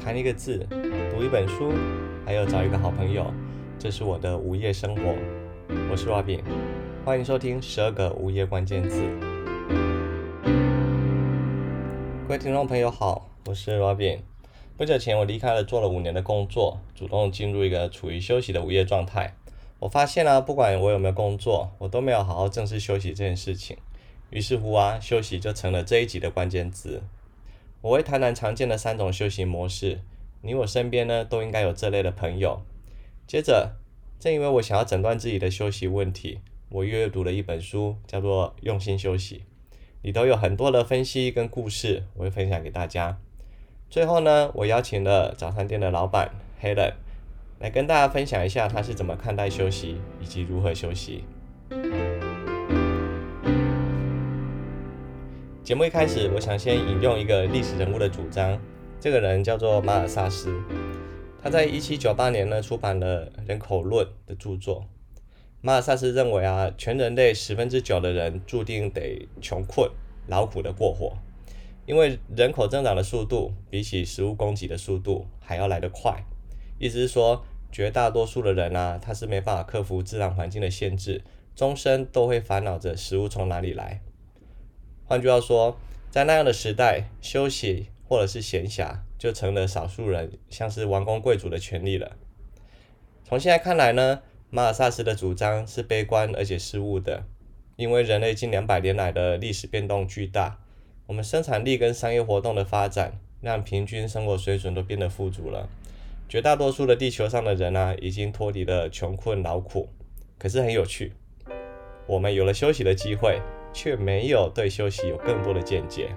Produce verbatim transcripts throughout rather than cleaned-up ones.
弹一个字，读一本书，还有找一个好朋友，这是我的午夜生活。我是 Robin， 欢迎收听十二个午夜关键字。各位听众朋友好，我是 Robin。不久前我离开了做了五年的工作，主动进入一个处于休息的午夜状态。我发现啊，不管我有没有工作，我都没有好好正视休息这件事情。于是乎啊，休息就成了这一集的关键字。我会谈谈常见的三种休息模式，你我身边呢都应该有这类的朋友。接着，正因为我想要诊断自己的休息问题，我阅读了一本书，叫做《用心休息》，里头有很多的分析跟故事，我会分享给大家。最后呢，我邀请了早餐店的老板 Helen 来跟大家分享一下他是怎么看待休息以及如何休息。节目一开始，我想先引用一个历史人物的主张，这个人叫做马尔萨斯。他在一七九八年呢出版了《人口论》的著作。马尔萨斯认为啊，全人类十分之九的人注定得穷困、劳苦的过活，因为人口增长的速度比起食物供给的速度还要来得快。意思是说，绝大多数的人啊，他是没办法克服自然环境的限制，终身都会烦恼着食物从哪里来。换句话说，在那样的时代，休息或者是闲暇就成了少数人像是王公贵族的权利了。从现在看来呢，马尔萨斯的主张是悲观而且失误的，因为人类近两百年来的历史变动巨大，我们生产力跟商业活动的发展，让平均生活水准都变得富足了。绝大多数的地球上的人啊，已经脱离了穷困劳苦。可是很有趣，我们有了休息的机会，却没有对休息有更多的见解。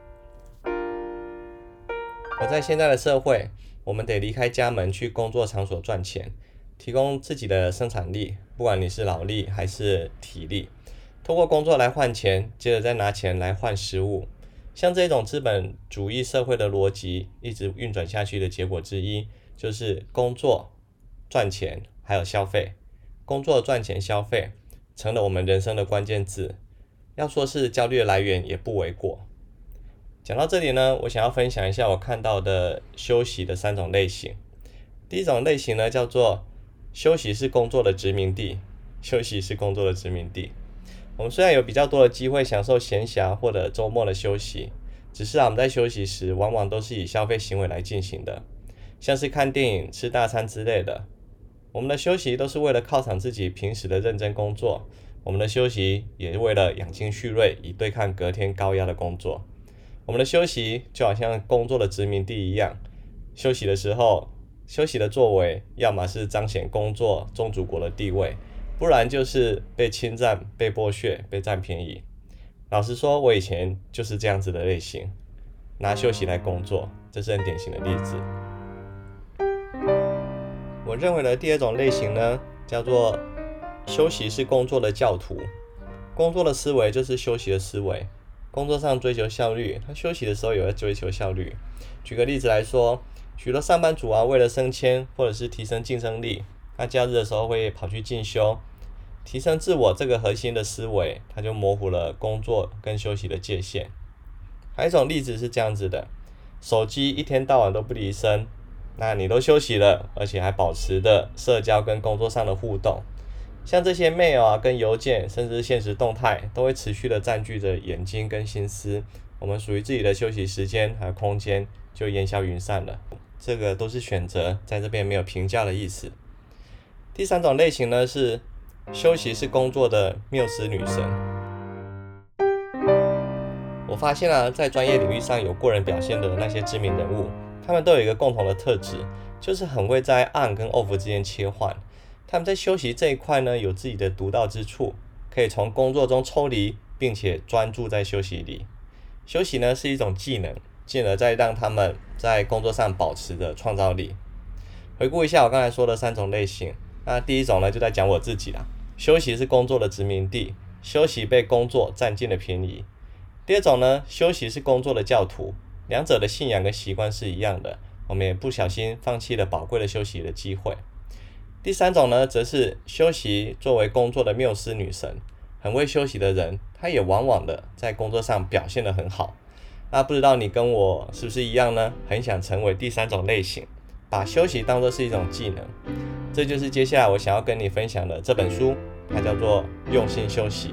而在现在的社会，我们得离开家门去工作场所赚钱，提供自己的生产力，不管你是脑力还是体力，透过工作来换钱，接着再拿钱来换食物。像这种资本主义社会的逻辑一直运转下去的结果之一，就是工作、赚钱还有消费。工作、赚钱、消费成了我们人生的关键字，要说是焦虑的来源也不为过。讲到这里呢，我想要分享一下我看到的休息的三种类型。第一种类型呢，叫做休息是工作的殖民地。休息是工作的殖民地。我们虽然有比较多的机会享受闲暇或者周末的休息，只是啊，我们在休息时往往都是以消费行为来进行的，像是看电影、吃大餐之类的。我们的休息都是为了犒赏自己平时的认真工作，我们的休息也是为了养精蓄锐，以对抗隔天高压的工作。我们的休息就好像工作的殖民地一样，休息的时候，休息的作为，要么是彰显工作宗主国的地位，不然就是被侵占、被剥削、被占便宜。老实说，我以前就是这样子的类型，拿休息来工作，这是很典型的例子。我认为的第二种类型呢，叫做休息是工作的教徒。工作的思维就是休息的思维。工作上追求效率，他休息的时候也会追求效率。举个例子来说，许多上班族啊，为了升迁或者是提升竞争力，他假日的时候会跑去进修，提升自我这个核心的思维，他就模糊了工作跟休息的界限。还有一种例子是这样子的，手机一天到晚都不离身，那你都休息了，而且还保持的社交跟工作上的互动。像这些 mail 啊、跟邮件，甚至现实动态，都会持续的占据着眼睛跟心思，我们属于自己的休息时间还有空间就烟消云散了。这个都是选择，在这边没有评价的意思。第三种类型呢，是休息是工作的缪斯女神。我发现啊，在专业领域上有过人表现的那些知名人物，他们都有一个共同的特质，就是很会在 on 跟 off 之间切换。他们在休息这一块呢，有自己的独到之处，可以从工作中抽离，并且专注在休息里。休息呢是一种技能，进而再让他们在工作上保持着创造力。回顾一下我刚才说的三种类型，那第一种呢就在讲我自己啦，休息是工作的殖民地，休息被工作占尽了便宜。第二种呢，休息是工作的教徒，两者的信仰跟习惯是一样的，我们也不小心放弃了宝贵的休息的机会。第三种呢，则是休息作为工作的缪斯女神，很会休息的人，她也往往的在工作上表现得很好。 那不知道你跟我是不是一样呢？很想成为第三种类型，把休息当作是一种技能。这就是接下来我想要跟你分享的这本书，它叫做《用心休息》。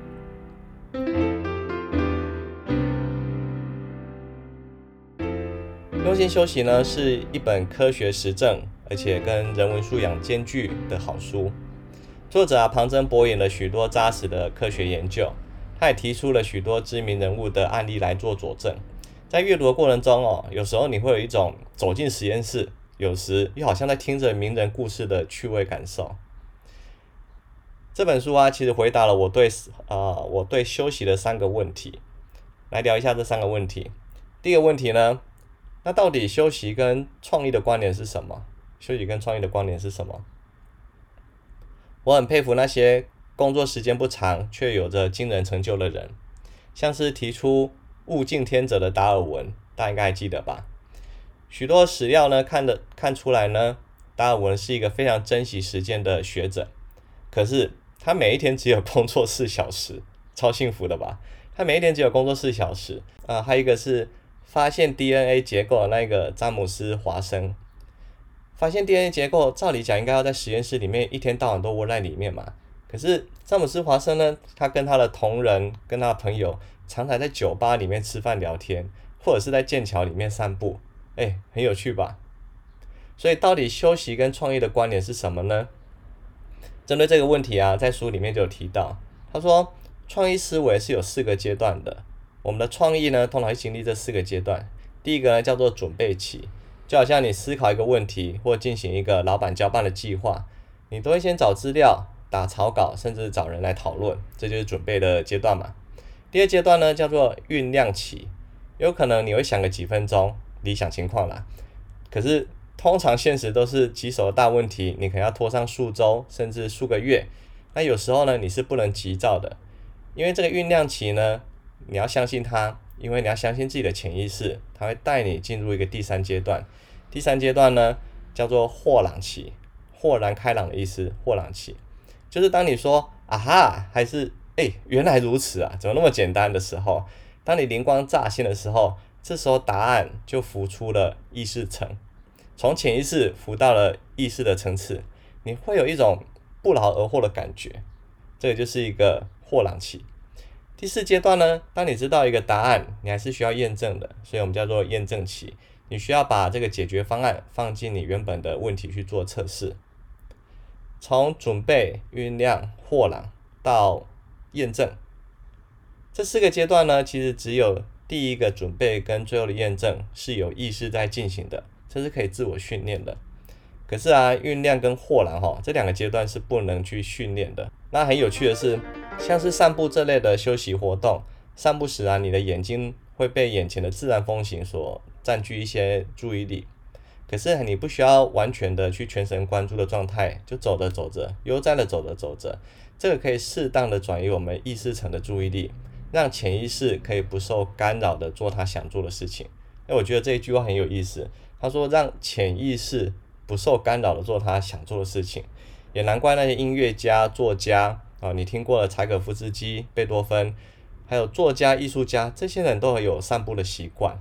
用心休息呢，是一本科学实证，而且跟人文素养兼具的好书。作者啊，旁征博引了许多扎实的科学研究，他也提出了许多知名人物的案例来做佐证。在阅读的过程中哦，有时候你会有一种走进实验室，有时又好像在听着名人故事的趣味感受。这本书啊，其实回答了我对呃我对休息的三个问题。来聊一下这三个问题。第一个问题呢，那到底休息跟创意的关联是什么？休息跟创意的关联是什么？我很佩服那些工作时间不长却有着惊人成就的人，像是提出物竞天择的达尔文，大家应该还记得吧？许多史料呢看得看出来呢，达尔文是一个非常珍惜时间的学者，可是他每一天只有工作四小时，超幸福的吧？他每一天只有工作四小时啊、呃，还有一个是发现 D N A 结构的那个詹姆斯·华生。发现 D N A 结构，照理讲应该要在实验室里面一天到晚都窝在里面嘛。可是詹姆斯·华生呢，他跟他的同仁、跟他的朋友，常常在酒吧里面吃饭聊天，或者是在剑桥里面散步，哎，很有趣吧？所以到底休息跟创意的关联是什么呢？针对这个问题啊，在书里面就有提到，他说，创意思维是有四个阶段的。我们的创意呢，通常会经历这四个阶段。第一个呢，叫做准备期，就好像你思考一个问题，或进行一个老板交办的计划，你都会先找资料、打草稿，甚至找人来讨论，这就是准备的阶段嘛。第二阶段呢，叫做酝酿期，有可能你会想个几分钟，理想情况啦。可是通常现实都是棘手的大问题，你可能要拖上数周，甚至数个月。那有时候呢，你是不能急躁的，因为这个酝酿期呢，你要相信它，因为你要相信自己的潜意识，它会带你进入一个第三阶段。第三阶段呢，叫做豁朗期，豁然开朗的意思，豁朗期，就是当你说啊哈，还是哎原来如此啊，怎么那么简单的时候，当你灵光乍现的时候，这时候答案就浮出了意识层，从潜意识浮到了意识的层次，你会有一种不劳而获的感觉，这个就是一个豁朗期。第四阶段呢，当你知道一个答案，你还是需要验证的，所以我们叫做验证期。你需要把这个解决方案放进你原本的问题去做测试。从准备、酝酿、豁朗到验证，这四个阶段呢，其实只有第一个准备跟最后的验证是有意识在进行的，这是可以自我训练的。可是啊，酝酿跟豁朗哈，这两个阶段是不能去训练的。那很有趣的是，像是散步这类的休息活动，散步时啊，你的眼睛会被眼前的自然风景所占据一些注意力。可是你不需要完全的去全神贯注的状态，就走着走着，悠哉的走着走着，这个可以适当的转移我们意识层的注意力，让潜意识可以不受干扰的做他想做的事情。那我觉得这一句话很有意思，他说让潜意识不受干扰的做他想做的事情，也难怪那些音乐家、作家啊，你听过了柴可夫斯基、贝多芬，还有作家、艺术家，这些人都有散步的习惯。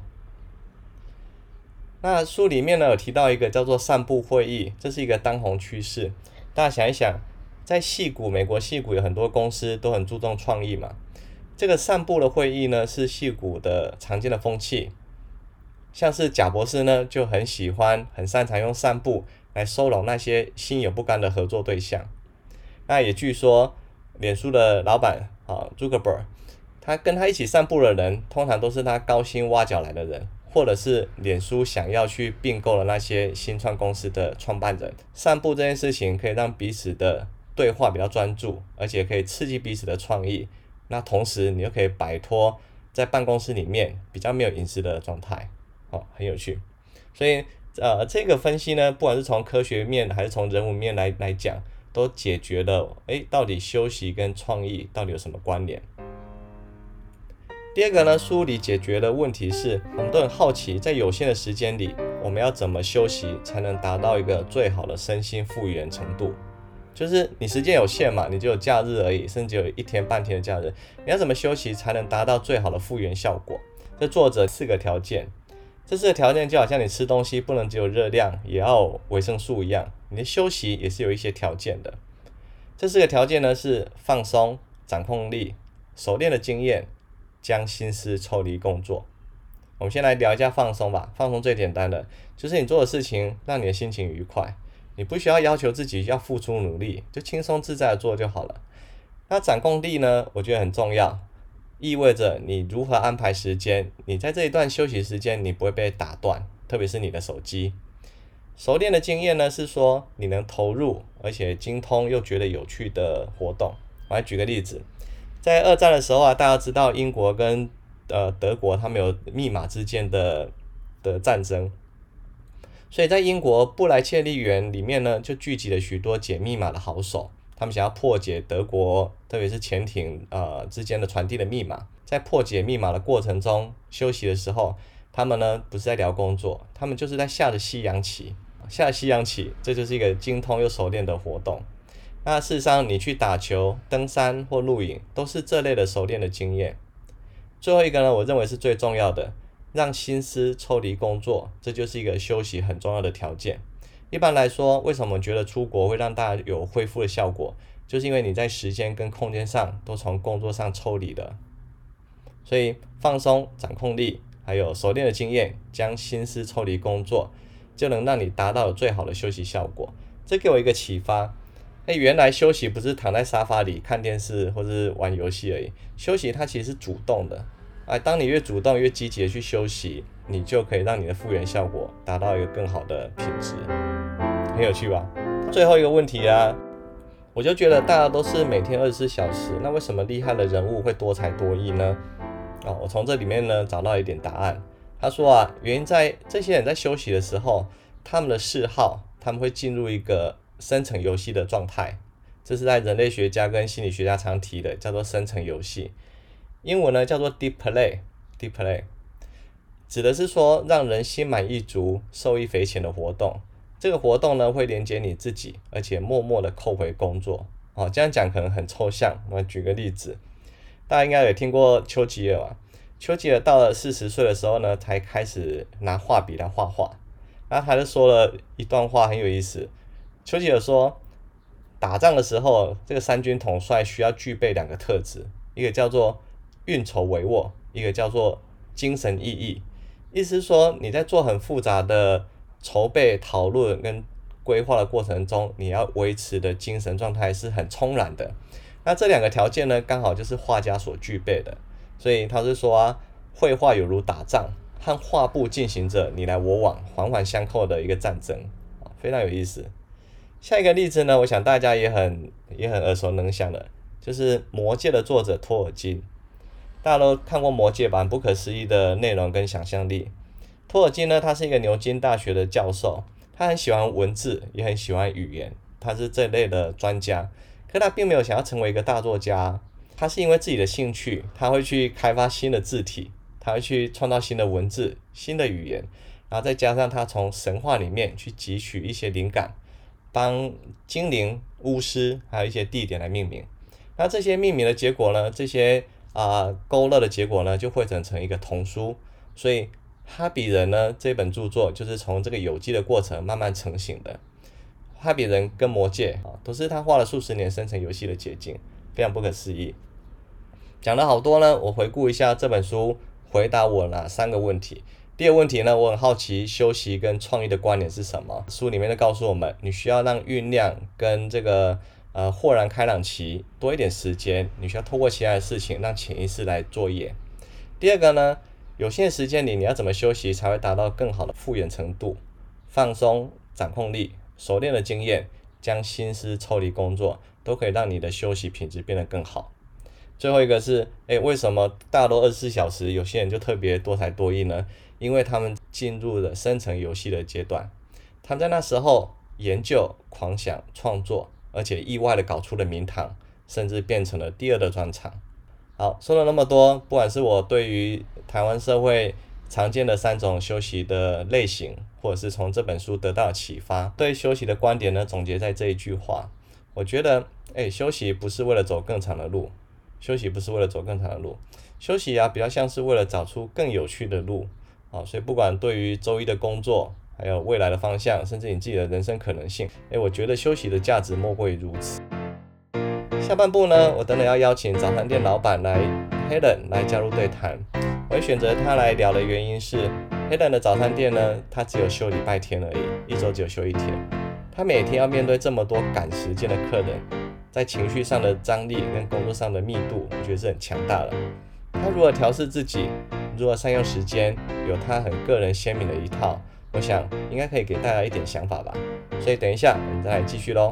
那书里面呢有提到一个叫做散步会议，这是一个当红趋势。大家想一想，在矽谷，美国矽谷有很多公司都很注重创意嘛，这个散步的会议呢是矽谷的常见的风气。像是贾博士呢就很喜欢很擅长用散步来收拢那些心有不甘的合作对象。那也据说脸书的老板啊 Zuckerberg， 他跟他一起散步的人通常都是他高薪挖角来的人，或者是脸书想要去并购的那些新创公司的创办人。散步这件事情可以让彼此的对话比较专注，而且可以刺激彼此的创意，那同时你又可以摆脱在办公室里面比较没有隐私的状态。哦，很有趣。所以呃，这个分析呢，不管是从科学面还是从人文面来来讲，都解决了诶到底休息跟创意到底有什么关联。第二个呢，书里解决的问题是，我们都很好奇，在有限的时间里，我们要怎么休息才能达到一个最好的身心复原程度？就是你时间有限嘛，你只有假日而已，甚至有一天半天的假日，你要怎么休息才能达到最好的复原效果？ 这作者四个条件，这四个条件就好像你吃东西不能只有热量，也要维生素一样，你的休息也是有一些条件的。这四个条件呢是放松、掌控力、熟练的经验、将心思抽离工作。我们先来聊一下放松吧。放松最简单的就是你做的事情让你的心情愉快，你不需要要求自己要付出努力，就轻松自在的做就好了。那掌控力呢，我觉得很重要，意味着你如何安排时间，你在这一段休息时间你不会被打断，特别是你的手机。熟练的经验呢，是说你能投入而且精通又觉得有趣的活动。我来举个例子，在二战的时候啊，大家知道英国跟呃德国他们有密码之间的的战争，所以在英国布莱切利园里面呢，就聚集了许多解密码的好手，他们想要破解德国特别是潜艇呃之间的传递的密码。在破解密码的过程中，休息的时候，他们呢不是在聊工作，他们就是在下着西洋棋。下西洋棋，这就是一个精通又熟练的活动。那事实上，你去打球、登山或露营，都是这类的熟练的经验。最后一个呢，我认为是最重要的，让心思抽离工作，这就是一个休息很重要的条件。一般来说，为什么我觉得出国会让大家有恢复的效果，就是因为你在时间跟空间上都从工作上抽离了。所以放松、掌控力，还有熟练的经验，将心思抽离工作，就能让你达到最好的休息效果。这给我一个启发，哎，原来休息不是躺在沙发里看电视或是玩游戏而已，休息它其实是主动的。哎，当你越主动越积极的去休息，你就可以让你的复原效果达到一个更好的品质，很有趣吧？最后一个问题啊，我就觉得大家都是每天二十四小时，那为什么厉害的人物会多才多艺呢？哦，我从这里面呢找到一点答案。他说啊，原因在这些人在休息的时候，他们的嗜好，他们会进入一个生成游戏的状态，这是在人类学家跟心理学家常提的，叫做生成游戏。英文呢叫做 deep play，deep play 指的是说让人心满意足、受益匪浅的活动。这个活动呢会连接你自己，而且默默的扣回工作。哦，这样讲可能很抽象，我举个例子，大家应该有听过丘吉尔吧？丘吉尔到了四十岁的时候呢，才开始拿画笔来画画。然后他就说了一段话很有意思。丘吉尔说，打仗的时候，这个三军统帅需要具备两个特质，一个叫做运筹帷幄，一个叫做精神奕奕。意思是说，你在做很复杂的筹备、讨论跟规划的过程中，你要维持的精神状态是很冲然的。那这两个条件呢，刚好就是画家所具备的。所以他是说啊，绘画有如打仗，和画布进行着你来我往、环环相扣的一个战争，非常有意思。下一个例子呢，我想大家也很也很耳熟能详的，就是《魔戒》的作者托尔金。大家都看过《魔戒》吧？很不可思议的内容跟想象力。托尔金呢，他是一个牛津大学的教授，他很喜欢文字，也很喜欢语言，他是这类的专家。可他并没有想要成为一个大作家，他是因为自己的兴趣，他会去开发新的字体，他会去创造新的文字、新的语言，然后再加上他从神话里面去汲取一些灵感，帮精灵、巫师还有一些地点来命名。那这些命名的结果呢，这些啊、呃、勾勒的结果呢，就汇整成一个童书。所以哈比人呢这本著作就是从这个有机的过程慢慢成型的。哈比人跟魔戒啊，都是他花了数十年生成游戏的结晶，非常不可思议。讲了好多呢，我回顾一下这本书回答我哪三个问题。第二个问题呢，我很好奇休息跟创意的关联是什么。书里面就告诉我们，你需要让酝酿跟这个呃豁然开朗期多一点时间，你需要透过其他的事情让潜意识来作业。第二个呢，有限时间里你要怎么休息才会达到更好的复原程度？放松、掌控力、熟练的经验，将心思抽离工作，都可以让你的休息品质变得更好。最后一个是，诶，为什么大多二十四小时，有些人就特别多才多艺呢？因为他们进入了生成游戏的阶段，他们在那时候研究、狂想、创作，而且意外的搞出了名堂，甚至变成了第二的专长。好，说了那么多，不管是我对于台湾社会常见的三种休息的类型，或者是从这本书得到的启发，对休息的观点呢，总结在这一句话。我觉得，诶，休息不是为了走更长的路。休息不是为了走更长的路， 休息啊比较像是为了找出更有趣的路，好，所以不管对于周一的工作，还有未来的方向，甚至你自己的人生可能性，诶，我觉得休息的价值莫过于如此。下半部呢，我等等要邀请早餐店老板来 Helen 来加入对谈。我会选择他来聊的原因是 Helen 的早餐店呢，他只有休礼拜天而已，一周只有休一天。他每天要面对这么多赶时间的客人，在情绪上的张力跟工作上的密度，我觉得是很强大的。他如何调试自己，如何善用时间，有他很个人鲜明的一套，我想应该可以给大家一点想法吧。所以等一下我们再来继续咯。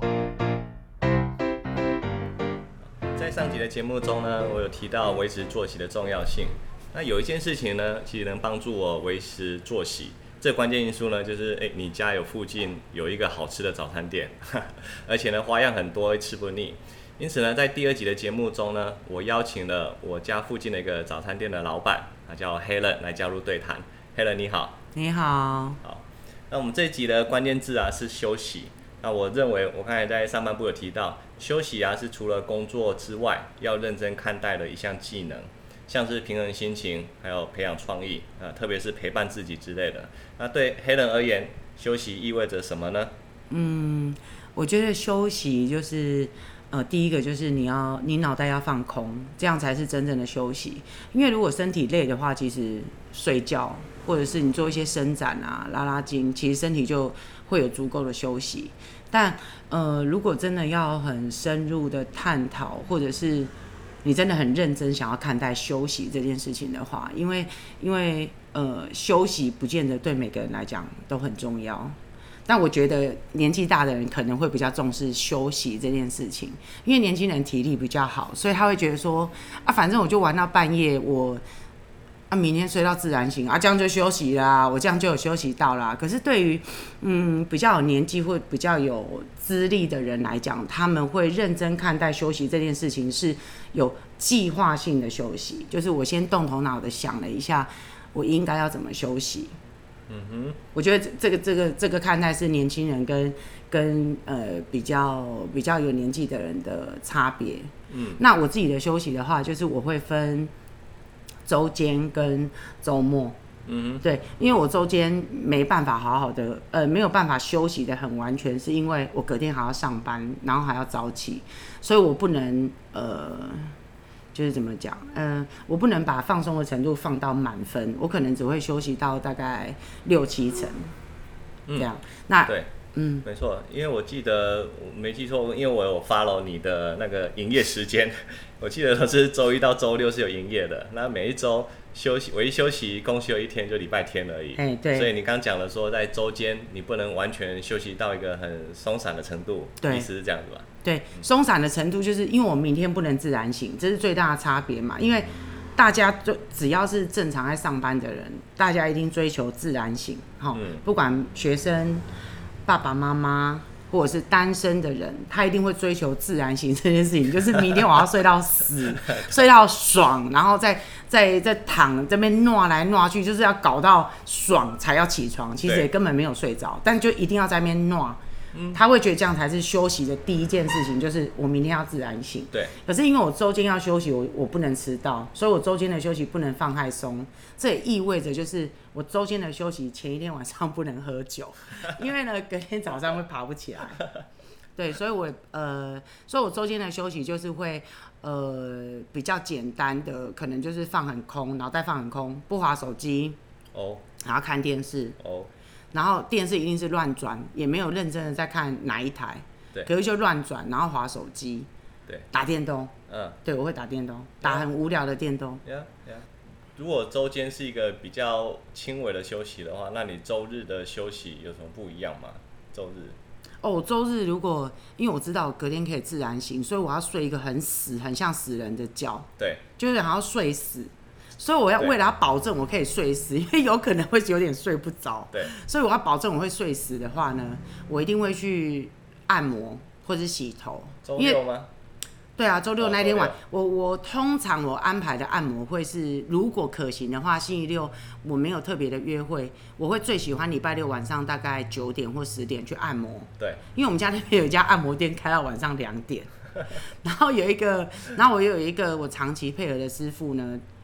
在上集的节目中呢，我有提到维持作息的重要性。那有一件事情呢，其实能帮助我维持作息。这关键因素呢，就是诶，你家有附近有一个好吃的早餐店，而且呢花样很多，吃不腻。因此呢，在第二集的节目中呢，我邀请了我家附近的一个早餐店的老板，他叫 Helen 来加入对谈。Helen 你好。 你好。 好，那我们这一集的关键字啊是休息。那我认为，我刚才在上半部有提到，休息啊是除了工作之外，要认真看待的一项技能，像是平衡心情，还有培养创意，呃，特别是陪伴自己之类的。那对黑人而言，休息意味着什么呢？ 嗯，我觉得休息就是，呃，第一个就是你要你脑袋要放空，这样才是真正的休息。因为如果身体累的话，其实睡觉或者是你做一些伸展啊、拉拉筋，其实身体就会有足够的休息。但呃，如果真的要很深入的探讨，或者是你真的很认真想要看待休息这件事情的话，因为因为呃，休息不见得对每个人来讲都很重要。但我觉得年纪大的人可能会比较重视休息这件事情，因为年轻人体力比较好，所以他会觉得说啊，反正我就玩到半夜，我啊明天睡到自然醒啊，这样就休息啦，我这样就有休息到啦。可是对于嗯比较有年纪或比较有资历的人来讲，他们会认真看待休息这件事情，是有计划性的休息，就是我先动头脑的想了一下，我应该要怎么休息。嗯哼，我觉得这个这个这个看待是年轻人跟跟呃比较比较有年纪的人的差别。嗯，那我自己的休息的话，就是我会分周间跟周末。嗯，对，因为我周间没办法好好的，呃，没有办法休息的很完全，是因为我隔天还要上班，然后还要早起，所以我不能呃。就是怎么讲，嗯、呃，我不能把放松的程度放到满分，我可能只会休息到大概六七成，这样。嗯、那对，嗯，没错，因为我记得我没记错，因为我有 follow 你的那个营业时间，我记得都是周一到周六是有营业的，那每一周休息，唯一休息公休一天就礼拜天而已。哎、欸，对。所以你刚讲了说，在周间你不能完全休息到一个很松散的程度，对，意思是这样子吧？ 对，松散的程度就是因为我明天不能自然醒，这是最大的差别嘛。因为大家就只要是正常在上班的人，大家一定追求自然醒，嗯、不管学生、爸爸妈妈或者是单身的人，他一定会追求自然醒这件事情，就是明天我要睡到死，睡到爽，然后再再再躺这边挪来挪去，就是要搞到爽才要起床，其实也根本没有睡着，但就一定要在那边挪。他会觉得这样才是休息的第一件事情，就是我明天要自然醒。对。可是因为我周间要休息，我我不能迟到，所以我周间的休息不能放太松。这也意味着就是我周间的休息前一天晚上不能喝酒，因为呢隔天早上会爬不起来。对，所以我呃，所以我周间的休息就是会呃比较简单的，可能就是放很空，脑袋放很空，不滑手机，哦，然后看电视，哦。然后电视一定是乱转，也没有认真的在看哪一台，对，可是就乱转，然后滑手机，对，打电动，嗯，对，我会打电动，打很无聊的电动。 Yeah, yeah. 如果周间是一个比较轻微的休息的话，那你周日的休息有什么不一样吗？周日？ 哦，周日如果因为我知道我隔天可以自然醒，所以我要睡一个很死、很像死人的觉，对，就是还要睡死。所以我要为了要保证我可以睡死，因为有可能会有点睡不着，对，所以我要保证我会睡死的话呢，我一定会去按摩或者是洗头。 周六吗？ 对啊，周六那天晚，哦、我我通常我安排的按摩会是，如果可行的话，星期六我没有特别的约会，我会最喜欢礼拜六晚上大概九点或十点去按摩。对，因为我们家那边有一家按摩店开到晚上两点，然后有一个，然后我又有一个我长期配合的师傅呢。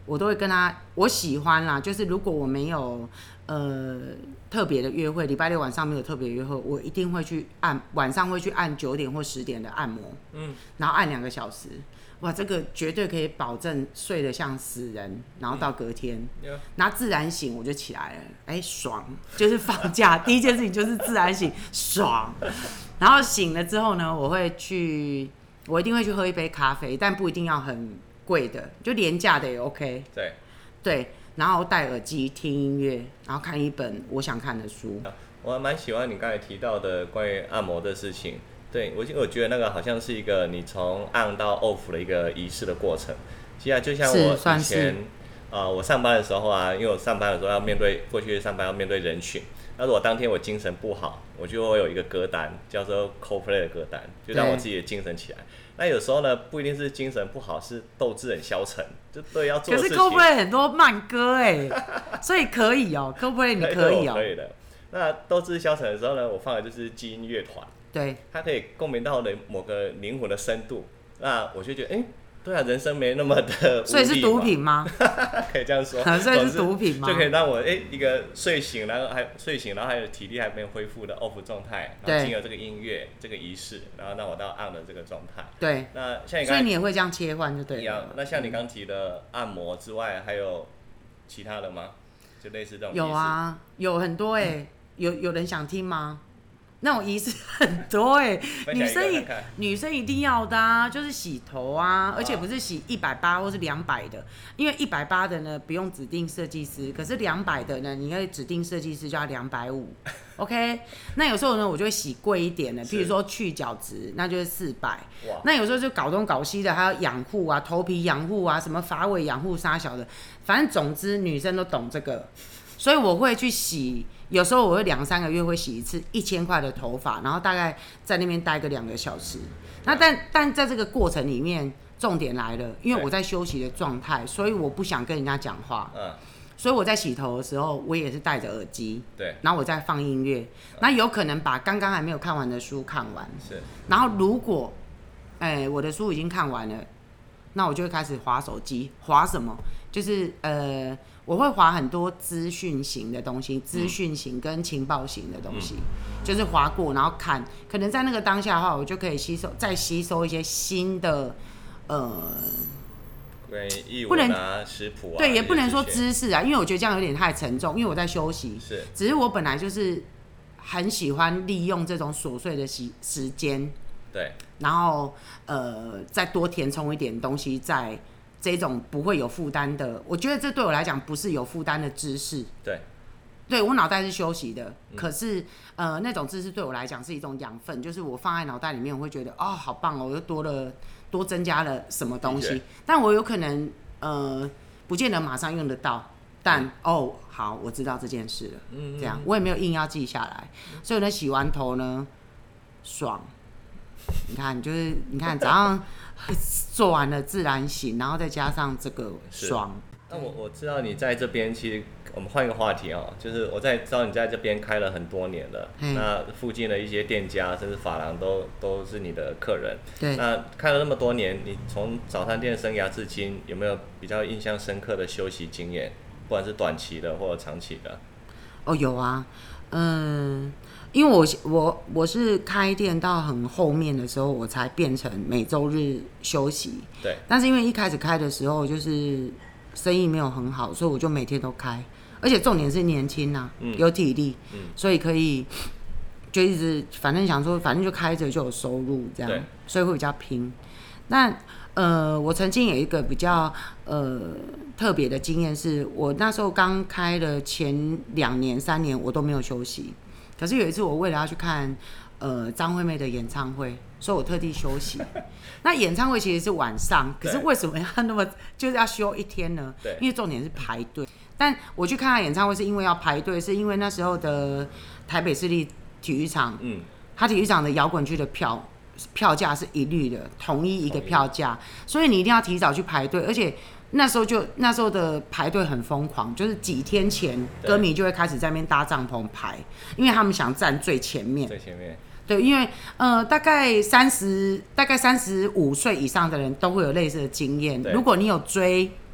我都会跟他，我喜欢啦，就是如果我没有呃特别的约会，礼拜六晚上没有特别约会，我一定会去按晚上会去按九点或十点的按摩，嗯，然后按两个小时，哇，这个绝对可以保证睡得像死人，然后到隔天，嗯、然后自然醒我就起来了，哎，爽，就是放假第一件事情就是自然醒，爽，然后醒了之后呢，我会去，我一定会去喝一杯咖啡，但不一定要很贵的，就廉价的也 OK。 对， 对，然后戴耳机听音乐，然后看一本我想看的书。 我还蛮喜欢你刚才提到的关于按摩的事情。对，我我觉得那个好像是一个你从 on 到 off 的一个仪式的过程。其实、啊、就像我以前，呃，我上班的时候啊，因为我上班的时候要面对过去上班要面对人群，那如果当天我精神不好，我就会有一个歌单叫做 Coldplay 的歌单，就让我自己的精神起来。那有时候呢，不一定是精神不好，是斗志很消沉，就对要做的事情。 可是 Coldplay 很多慢歌哎，所以可以哦、喔、，Coldplay 你可以哦、喔， 可以的。那斗志消沉的时候呢，我放的就是基因乐团， 对， 它可以共鸣到的某个灵魂的深度。那我就觉得，哎、欸，对啊，人生没那么的无力， 所以是毒品吗？ 可以这样说， 所以是毒品吗？ 就可以让我哎、欸、一个睡醒，然后还睡醒，然后还有体力还没有恢复的 off 状态，然后经由这个音乐这个仪式，然后让我到 on 的这个状态。 对， 那像你刚才， 所以你也会这样切换就对了。 那像你刚提的按摩之外，还有其他的吗？就类似这种仪式。 有啊，有很多哎、欸嗯，有有人想听吗？那种仪式很多哎、欸，女生一女生一定要的啊，就是洗头啊，而且不是洗一百八或是两百的，因为一百八的呢不用指定设计师，可是两百的呢，你可以指定设计师就要两百五 ，OK？ 那有时候呢，我就会洗贵一点的，譬如说去角质，那就是四百。那有时候就搞东搞西的，还有养护啊，头皮养护啊，什么发尾养护啥小的，反正总之女生都懂这个，所以我会去洗。有时候我会两三个月会洗一次一千块的头发，然后大概在那边待个两个小时。那但但在这个过程里面，重点来了，因为我在休息的状态，所以我不想跟人家讲话。嗯。所以我在洗头的时候，我也是戴着耳机。 对。然后我再放音乐，那有可能把刚刚还没有看完的书看完。 是。 然后如果，哎、欸，我的书已经看完了，那我就会开始滑手机，滑什么？就是呃。我会滑很多资讯型的东西，资讯型跟情报型的东西，嗯、就是滑过然后看，可能在那个当下的话，我就可以吸收，再吸收一些新的，呃， 关于译文啊、食谱啊， 对，也不能说知识啊，因为我觉得这样有点太沉重，因为我在休息， 是， 只是我本来就是很喜欢利用这种琐碎的时时间， 对， 然后呃，再多填充一点东西在。这种不会有负担的，我觉得这对我来讲不是有负担的知识。 对， 对我脑袋是休息的，嗯、可是呃那种知识对我来讲是一种养分，就是我放在脑袋里面，我会觉得哦好棒哦，我又多了多增加了什么东西，但我有可能呃不见得马上用得到，但、嗯、哦好我知道这件事了，嗯、这样我也没有硬要记下来，所以呢洗完头呢爽。你看，就是你看早上做完了自然醒，然后再加上这个爽。 那我我知道你在这边，其实我们换一个话题哦，就是我在知道你在这边开了很多年了，那附近的一些店家甚至发廊都都是你的客人。 对。 那开了那么多年，你从早餐店生涯至今，有没有比较印象深刻的休息经验？不管是短期的或者长期的。 哦，有啊，嗯。因为我我我是开店到很后面的时候，我才变成每周日休息。 对。 但是因为一开始开的时候，就是生意没有很好，所以我就每天都开，而且重点是年轻啊，嗯、有体力，嗯、所以可以就一直反正想说，反正就开着就有收入这样，所以会比较拼。那呃，我曾经有一个比较呃特别的经验是，我那时候刚开的前两年三年，我都没有休息。可是有一次，我为了要去看呃张惠妹的演唱会，所以我特地休息。那演唱会其实是晚上，可是为什么要那么就是要休一天呢？因为重点是排队。但我去看她演唱会是因为要排队，是因为那时候的台北市立体育场，嗯，它体育场的摇滚区的票票价是一律的，统一一个票价，所以你一定要提早去排队，而且。那时候就那时候的排队很疯狂，就是几天前歌迷就会开始在那边搭帐篷排，因为他们想站最前面。 最前面。 对，因为呃大概三十大概三十五岁以上的人都会有类似的经验。如果你有追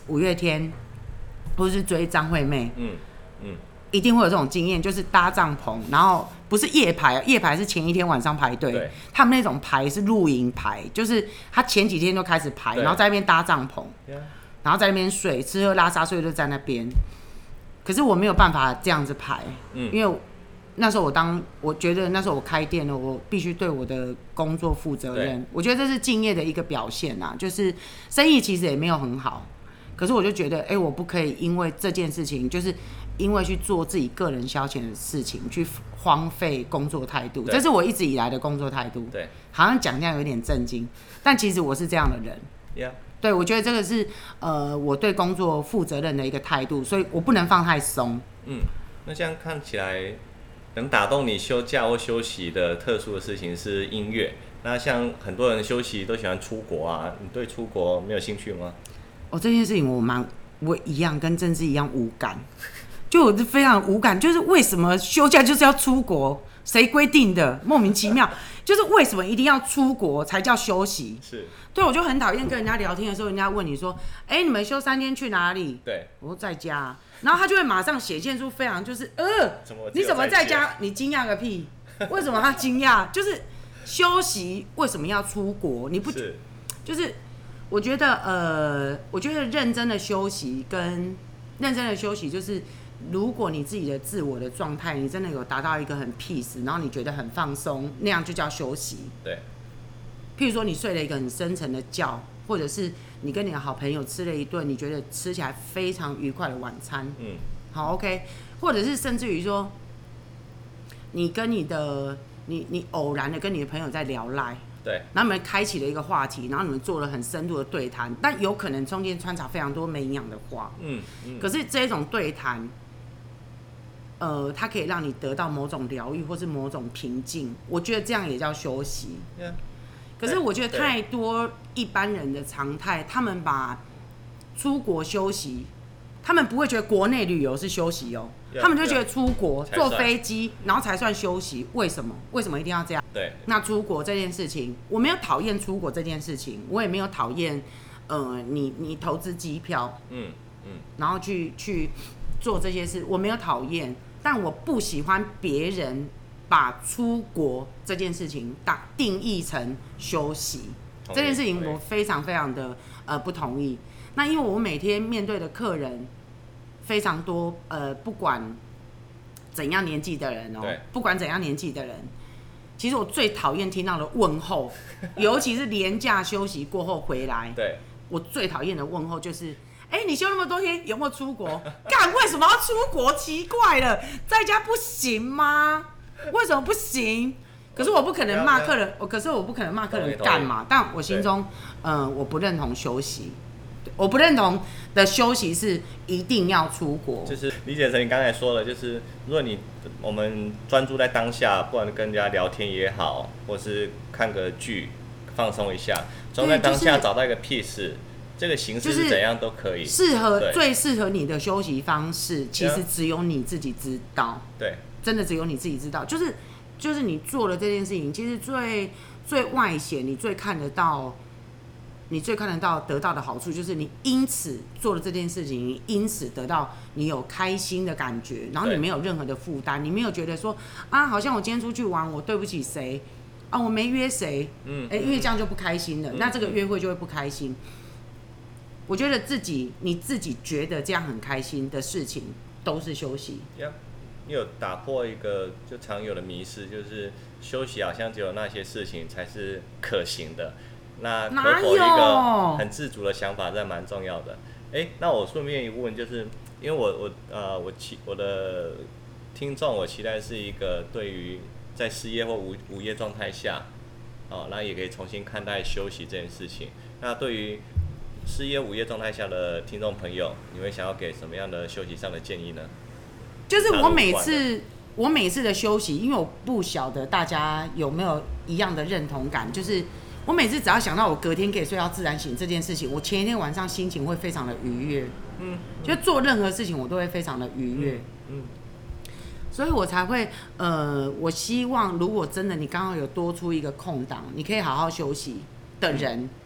五月天，或是追张惠妹， 嗯嗯， 一定会有这种经验，就是搭帐篷，然后不是夜排，夜排是前一天晚上排队，他们那种排是露营排，就是他前几天就开始排，然后在那边搭帐篷，然后在那边睡，吃喝拉撒睡就在那边。可是我没有办法这样子排，嗯、因为那时候我当我觉得那时候我开店了，我必须对我的工作负责任。我觉得这是敬业的一个表现啊，就是生意其实也没有很好，可是我就觉得，哎、欸，我不可以因为这件事情，就是因为去做自己个人消遣的事情，去荒废工作态度。这是我一直以来的工作态度。对，好像讲这样有点震惊，但其实我是这样的人。Yeah. 对，我觉得这个是呃我对工作负责任的一个态度，所以我不能放太松。 嗯，那这样看起来，能打动你休假或休息的特殊的事情是音乐。那像很多人休息都喜欢出国啊，你对出国没有兴趣吗？ 哦，这件事情我蛮我一样跟政治一样无感，就我是非常无感，就是为什么休假就是要出国？谁规定的？莫名其妙，就是为什么一定要出国才叫休息？是，对，我就很讨厌跟人家聊天的时候，人家问你说：“哎、欸，你们休三天去哪里？”对，我说在家、啊，然后他就会马上显现出非常就是呃，你怎么在家？你惊讶个屁！为什么他惊讶？就是休息为什么要出国？你不是就是我觉得呃，我觉得认真的休息跟认真的休息就是。如果你自己的自我的状态，你真的有达到一个很 peace， 然后你觉得很放松，那样就叫休息。对。譬如说，你睡了一个很深沉的觉，或者是你跟你的好朋友吃了一顿你觉得吃起来非常愉快的晚餐。嗯。好 ，OK。或者是甚至于说，你跟你的你你偶然的跟你的朋友在聊赖。对。然后你们开启了一个话题，然后你们做了很深度的对谈，但有可能中间穿插非常多没营养的话。嗯嗯。可是这种对谈。呃，它可以让你得到某种疗愈，或是某种平静。我觉得这样也叫休息。Yeah. 可是我觉得太多一般人的常态，他们把出国休息，他们不会觉得国内旅游是休息哦， yeah, 他们就觉得出国 yeah. 坐飞机，然后才算休息。为什么？为什么一定要这样？对。那出国这件事情，我没有讨厌出国这件事情，我也没有讨厌，呃，你你投资机票，嗯嗯，然后去去做这些事，我没有讨厌。但我不喜欢别人把出国这件事情打定义成休息，这件事情我非常非常的呃不同意。那因为我每天面对的客人非常多，呃，不管怎样年纪的人哦，不管怎样年纪的人，其实我最讨厌听到的问候，尤其是连假休息过后回来，对，我最讨厌的问候就是。哎、欸，你休那么多天，有没有出国？干，为什么要出国？奇怪了，在家不行吗？为什么不行？可是我不可能骂客人，我可是我不可能骂客人干嘛？但我心中，嗯、呃，我不认同休息，我不认同的休息是一定要出国。就是理解成你刚才说的，就是如果你我们专注在当下，不管跟人家聊天也好，或是看个剧放松一下，专注在当下找到一个 peace。这个形式是怎样都可以， 适合最适合你的休息方式，其实只有你自己知道。对，真的只有你自己知道。就是就是你做了这件事情，其实最最外显，你最看得到，你最看得到得到的好处，就是你因此做了这件事情，你因此得到你有开心的感觉，然后你没有任何的负担，你没有觉得说啊，好像我今天出去玩，我对不起谁啊，我没约谁，嗯，哎、欸，因为这样就不开心了，嗯、那这个约会就会不开心。我觉得自己你自己觉得这样很开心的事情都是休息。 Yeah. 你有打破一个就常有的迷思，就是休息好像只有那些事情才是可行的。那可否一个很自主的想法，这蛮重要的。哎，那我顺便一问，就是因为我我呃我期我的听众，我期待是一个对于在失业或无无业状态下，哦，那也可以重新看待休息这件事情。那对于失业无业状态下的听众朋友，你会想要给什么样的休息上的建议呢？ 就是我每次我每次的休息，因为我不晓得大家有没有一样的认同感，就是我每次只要想到我隔天可以睡到自然醒这件事情，我前一天晚上心情会非常的愉悦，嗯，就做任何事情我都会非常的愉悦，嗯，嗯所以我才会呃，我希望如果真的你刚好有多出一个空档，你可以好好休息的人。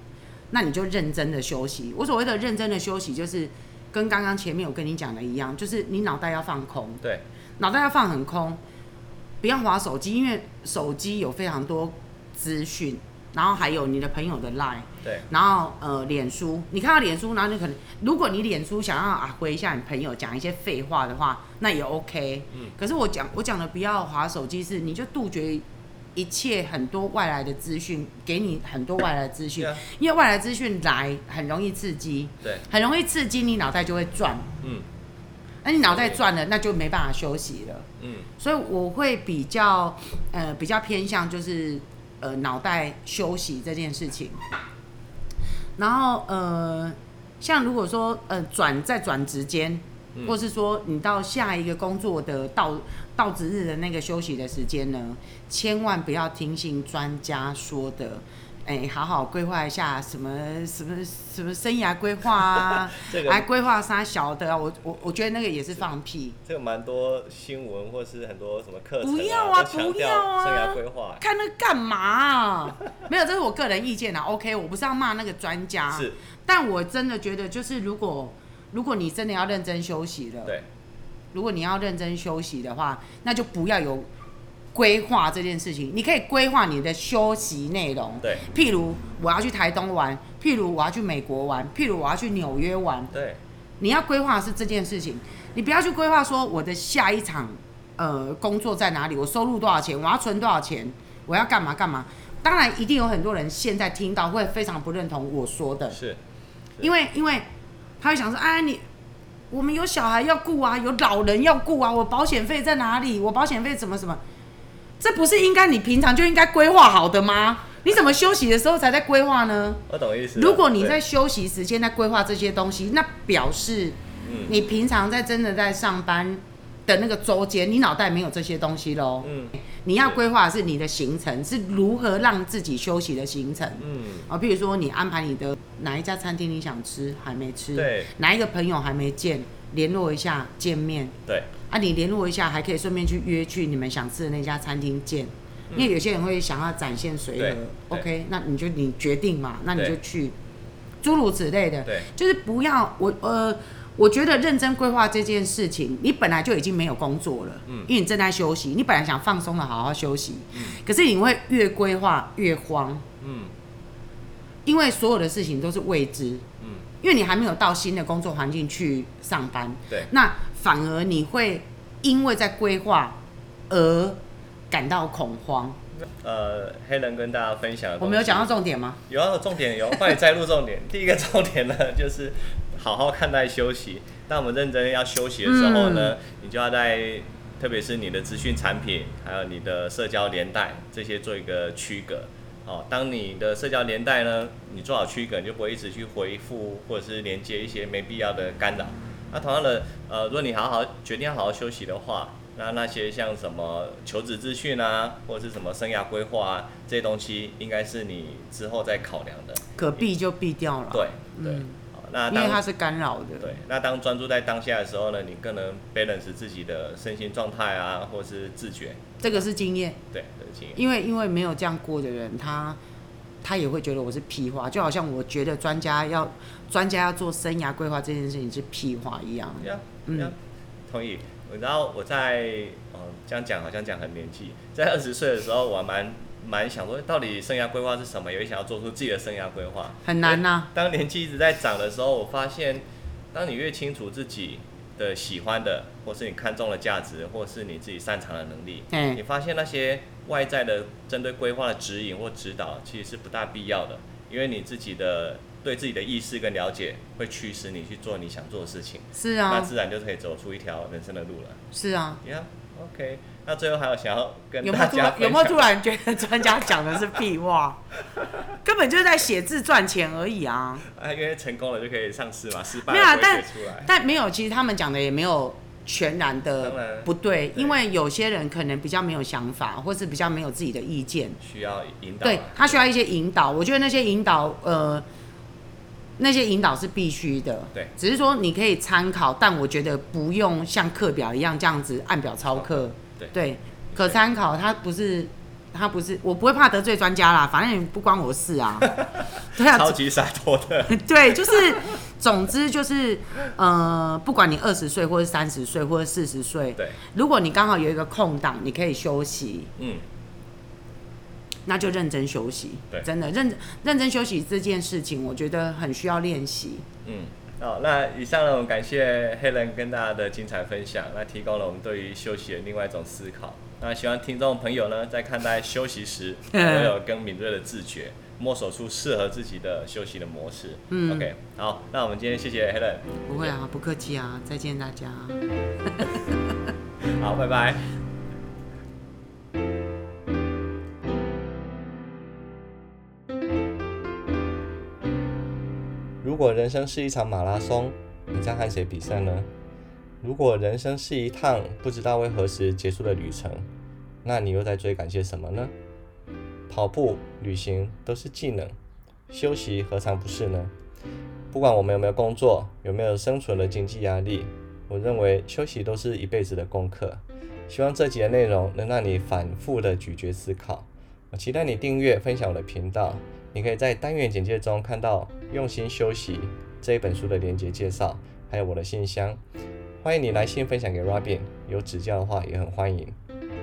那你就认真的休息。我所谓的认真的休息，就是跟刚刚前面我跟你讲的一样，就是你脑袋要放空， 对， 脑袋要放很空，不要滑手机，因为手机有非常多资讯，然后还有你的朋友的 line， 对， 然后呃脸书，你看到脸书，然后你可能如果你脸书想要啊回一下你朋友讲一些废话的话，那也 OK，嗯，可是我讲我讲的不要滑手机是，你就杜绝一切很多外来的资讯，给你很多外来的资讯， yeah. 因为外来资讯来很容易刺激， 对， 很容易刺激你脑袋就会转，嗯，那你脑袋转了，那就没办法休息了，嗯，所以我会比较呃比较偏向就是呃脑袋休息这件事情，然后呃像如果说呃转在转职间。嗯、或是说你到下一个工作的到到职日的那个休息的时间呢，千万不要听信专家说的，哎、欸，好好规划一下什么什么什么生涯规划啊，这个、还规划啥小的啊，我我我觉得那个也是放屁。 这个蛮多新闻或是很多什么课程、啊， 不要啊，不要啊， 生涯规划， 看那干嘛、啊？没有，这是我个人意见啊。OK， 我不是要骂那个专家， 是， 但我真的觉得就是如果。如果你真的要认真休息了， 对， 如果你要认真休息的话，那就不要有规划这件事情。你可以规划你的休息内容， 对， 譬如我要去台东玩，譬如我要去美国玩，譬如我要去纽约玩， 对， 你要规划的是这件事情，你不要去规划说我的下一场呃工作在哪里，我收入多少钱，我要存多少钱，我要干嘛干嘛。当然，一定有很多人现在听到会非常不认同我说的， 是，是因为因为。他会想说：“哎，你我们有小孩要顾啊，有老人要顾啊，我保险费在哪里？我保险费怎么什么？这不是应该你平常就应该规划好的吗？你怎么休息的时候才在规划呢？” 我懂意思。 如果你在休息时间在规划这些东西，那表示你平常在真的在上班的那个周间，你脑袋没有这些东西咯。嗯，你要规划的是你的行程，是如何让自己休息的行程。嗯，啊，比如说你安排你的哪一家餐厅你想吃还没吃， 对， 哪一个朋友还没见，联络一下见面。 对， 啊，你联络一下，还可以顺便去约去你们想吃的那家餐厅见。嗯、因为有些人会想要展现随和 ，OK， 那你就你决定嘛，那你就去，诸如此类的。 对， 就是不要我呃。我觉得认真规划这件事情，你本来就已经没有工作了，嗯，因为你正在休息，你本来想放松的好好休息，嗯，可是你会越规划越慌，嗯，因为所有的事情都是未知，嗯，因为你还没有到新的工作环境去上班， 对， 那反而你会因为在规划而感到恐慌。 呃，黑人跟大家分享的， 我们有讲到重点吗？ 有啊，重点有，帮你摘录重点。第一个重点呢，就是好好看待休息。当我们认真要休息的时候呢，嗯、你就要在，特别是你的资讯产品，还有你的社交连带这些做一个区隔。哦，当你的社交连带呢，你做好区隔，你就不会一直去回复或者是连接一些没必要的干扰。那同样的，呃，如果你好好决定要好好休息的话，那那些像什么求职资讯啊，或者是什么生涯规划啊，这些东西应该是你之后再考量的。 可避就避掉了。 对对、嗯， 那因为它是干扰的。 对，那当专注在当下的时候呢，你更能 balance 自己的身心状态啊，或是自觉。 这个是经验。 对，这是经验。 因为因为没有这样过的人，他他也会觉得我是屁话，就好像我觉得专家要专家要做生涯规划这件事情是屁话一样。 Yeah, 嗯， yeah, 同意。然后我在嗯这样讲好像讲很年纪，在二十岁的时候，我还蛮蛮想说，到底生涯规划是什么？也想要做出自己的生涯规划， 很难呐、啊。 当年纪一直在长的时候，我发现，当你越清楚自己的喜欢的，或是你看中的价值，或是你自己擅长的能力，你发现那些外在的针对规划的指引或指导，其实是不大必要的，因为你自己的。对自己的意识跟了解会驱使你去做你想做的事情， 是啊， 那自然就可以走出一条人生的路了。 是啊 ，Yeah, OK。那最后还有想要跟大家有没有突然觉得专家讲的是屁话？根本就是在写字赚钱而已啊！ 啊，因为成功了就可以上市嘛，失败了不会写出来。 但但没有，其实他们讲的也没有全然的不对，因为有些人可能比较没有想法，或是比较没有自己的意见， 需要引导。 对，他需要一些引导。我觉得那些引导，呃。那些引导是必须的， 对， 只是说你可以参考，但我觉得不用像课表一样这样子按表操课， 对， 对，可参考，它不是他不是，我不会怕得罪专家啦，反正不关我事啊。对啊， 超级洒脱的。 对，就是，总之就是，呃，不管你二十岁或者三十岁或者四十岁， 对， 如果你刚好有一个空档，你可以休息，嗯，那就认真休息。 对， 真的认认真休息这件事情，我觉得很需要练习。 嗯。好，那以上呢，我们感谢 Helen 跟大家的精彩分享，那提供了我们对于休息的另外一种思考。那希望听众朋友呢，在看待休息时，都有更敏锐的自觉，摸索出适合自己的休息的模式。嗯 ，OK， 好，那我们今天谢谢 Helen。 不会啊，不客气啊，再见大家。 好，拜拜。如果人生是一场马拉松，你在和谁比赛呢？如果人生是一趟不知道为何时结束的旅程，那你又在追赶些什么呢？跑步、旅行都是技能，休息何尝不是呢？不管我们有没有工作，有没有生存的经济压力，我认为休息都是一辈子的功课。希望这集的内容能让你反复的咀嚼思考。我期待你订阅、分享我的频道。你可以在单元简介中看到《用心休息》这一本书的连结介绍，还有我的信箱。欢迎你来信分享给 Robin， 有指教的话也很欢迎。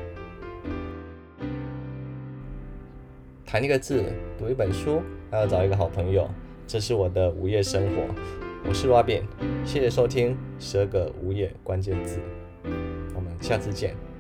谈一个字，读一本书，还要找一个好朋友，这是我的午夜生活。我是 Robin， 谢谢收听十二个午夜关键字，我们下次见。